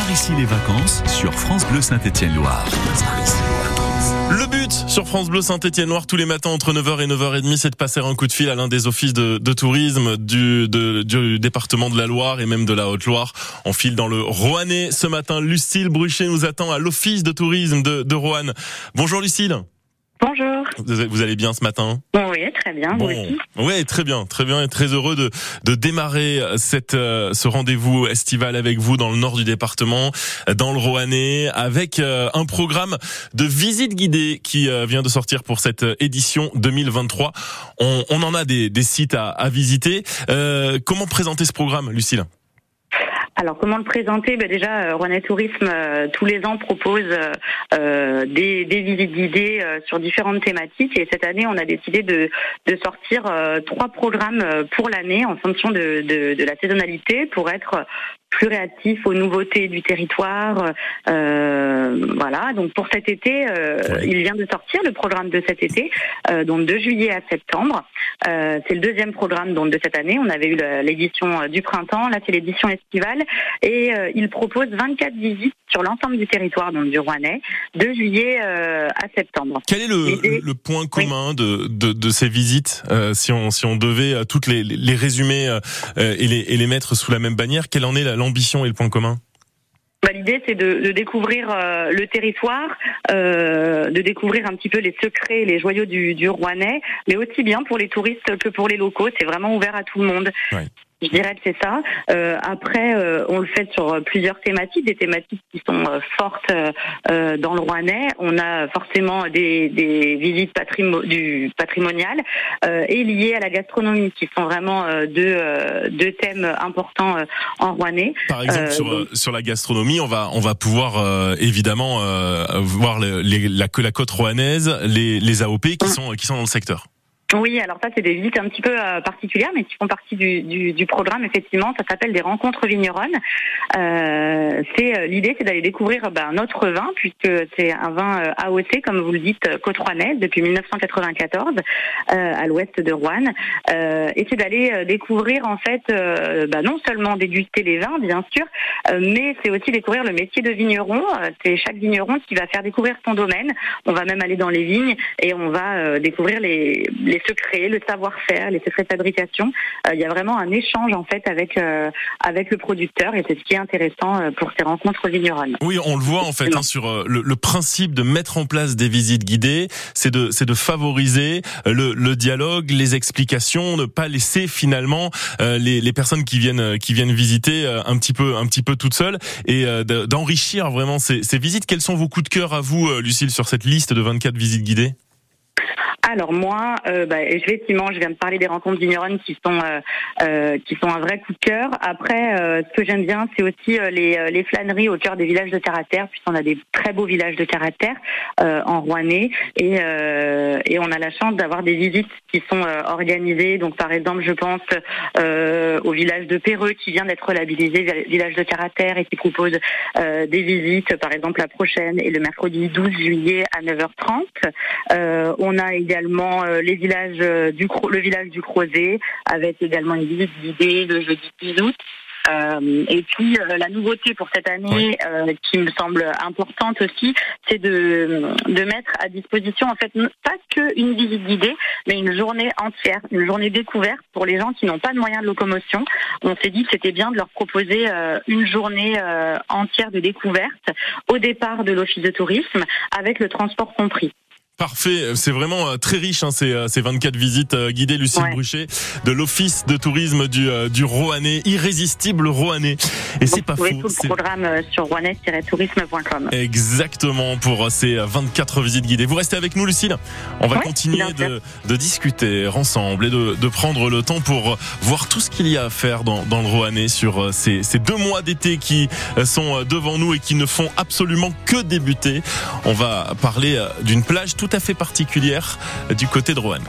Par ici les vacances sur France Bleu Saint-Étienne-Loire. Le but sur France Bleu Saint-Étienne-Loire tous les matins entre 9h et 9h30, c'est de passer un coup de fil à l'un des offices de tourisme du département de la Loire et même de la Haute-Loire. On file dans le Roannais ce matin. Lucille Bruchet nous attend à l'office de tourisme de Roanne. Bonjour Lucille. Bonjour. Vous allez bien ce matin ? Oui, très bien. Vous aussi ? Oui, très bien et très heureux de démarrer ce rendez-vous estival avec vous dans le nord du département, dans le Roannais, avec un programme de visite guidée qui vient de sortir pour cette édition 2023. On en a des sites à visiter. Comment présenter ce programme, Lucille ? Alors, comment le présenter ? Déjà, Roannais Tourisme, tous les ans, propose des visites guidées sur différentes thématiques. Et cette année, on a décidé de sortir 3 programmes pour l'année en fonction de la saisonnalité pour être plus réactif aux nouveautés du territoire. Voilà, donc pour cet été, il vient de sortir le programme de cet été, donc de juillet à septembre. C'est le 2e programme donc, de cette année. On avait eu l'édition du printemps, là c'est l'édition estivale. Et il propose 24 visites sur l'ensemble du territoire, donc du Roannais, de juillet à septembre. Quel est le point commun de ces visites, si on devait toutes les résumer et les mettre sous la même bannière, quelle en est l'ambition et le point commun ? L'idée, c'est de découvrir le territoire, de découvrir un petit peu les secrets et les joyaux du Roannais, mais aussi bien pour les touristes que pour les locaux. C'est vraiment ouvert à tout le monde. Ouais. Je dirais que c'est ça. Après, on le fait sur plusieurs thématiques, des thématiques qui sont fortes dans le Roannais. On a forcément des visites patrimoniales et liées à la gastronomie, qui sont vraiment deux thèmes importants en Roannais. Par exemple, sur la gastronomie, on va pouvoir évidemment voir la côte rouennaise, les AOP qui sont dans le secteur. Oui, alors ça c'est des visites un petit peu particulières, mais qui font partie du programme. Effectivement, ça s'appelle des rencontres vigneronnes. L'idée, c'est d'aller découvrir notre vin, puisque c'est un vin AOC, comme vous le dites, côte rouennaise depuis 1994 à l'ouest de Roanne. Et c'est d'aller découvrir en fait, non seulement déguster les vins, bien sûr, mais c'est aussi découvrir le métier de vigneron. C'est chaque vigneron qui va faire découvrir son domaine. On va même aller dans les vignes et on va découvrir les secrets, le savoir-faire, les secrets de fabrication. Il y a vraiment un échange en fait avec le producteur et c'est ce qui est intéressant pour ces rencontres vigneronnes. Oui, on le voit en fait sur le principe de mettre en place des visites guidées, c'est de favoriser le dialogue, les explications, ne pas laisser finalement les personnes qui viennent visiter un petit peu toutes seules et d'enrichir vraiment ces visites. Quels sont vos coups de cœur à vous, Lucille, sur cette liste de 24 visites guidées ? Alors moi, effectivement, je viens de parler des rencontres vigneronnes qui sont un vrai coup de cœur. Après, ce que j'aime bien, c'est aussi les flâneries au cœur des villages de terre-à-terre, puisqu'on a des très beaux villages de terre-à-terre en Roannais, et on a la chance d'avoir des visites qui sont organisées. Donc par exemple, je pense au village de Perreux qui vient d'être labellisé village de terre-à-terre et qui propose des visites, par exemple la prochaine et le mercredi 12 juillet à 9h30. On a également le village du Crozet, avec également une visite guidée le jeudi 10 août. Et puis la nouveauté pour cette année, qui me semble importante aussi, c'est de mettre à disposition en fait pas qu'une visite guidée, mais une journée entière, une journée découverte pour les gens qui n'ont pas de moyens de locomotion. On s'est dit que c'était bien de leur proposer une journée entière de découverte au départ de l'office de tourisme, avec le transport compris. Parfait, c'est vraiment très riche ces 24 visites guidées, Lucille Bruchet, de l'office de tourisme du Roannais, irrésistible Roannais. Et c'est pas faux. Vous pouvez tout le programme sur roannais-tourisme.com. Exactement, pour ces 24 visites guidées. Vous restez avec nous, Lucille. On va continuer de discuter ensemble et de prendre le temps pour voir tout ce qu'il y a à faire dans le Roannais sur ces 2 mois d'été qui sont devant nous et qui ne font absolument que débuter. On va parler d'une plage tout à fait particulière du côté de Roanne.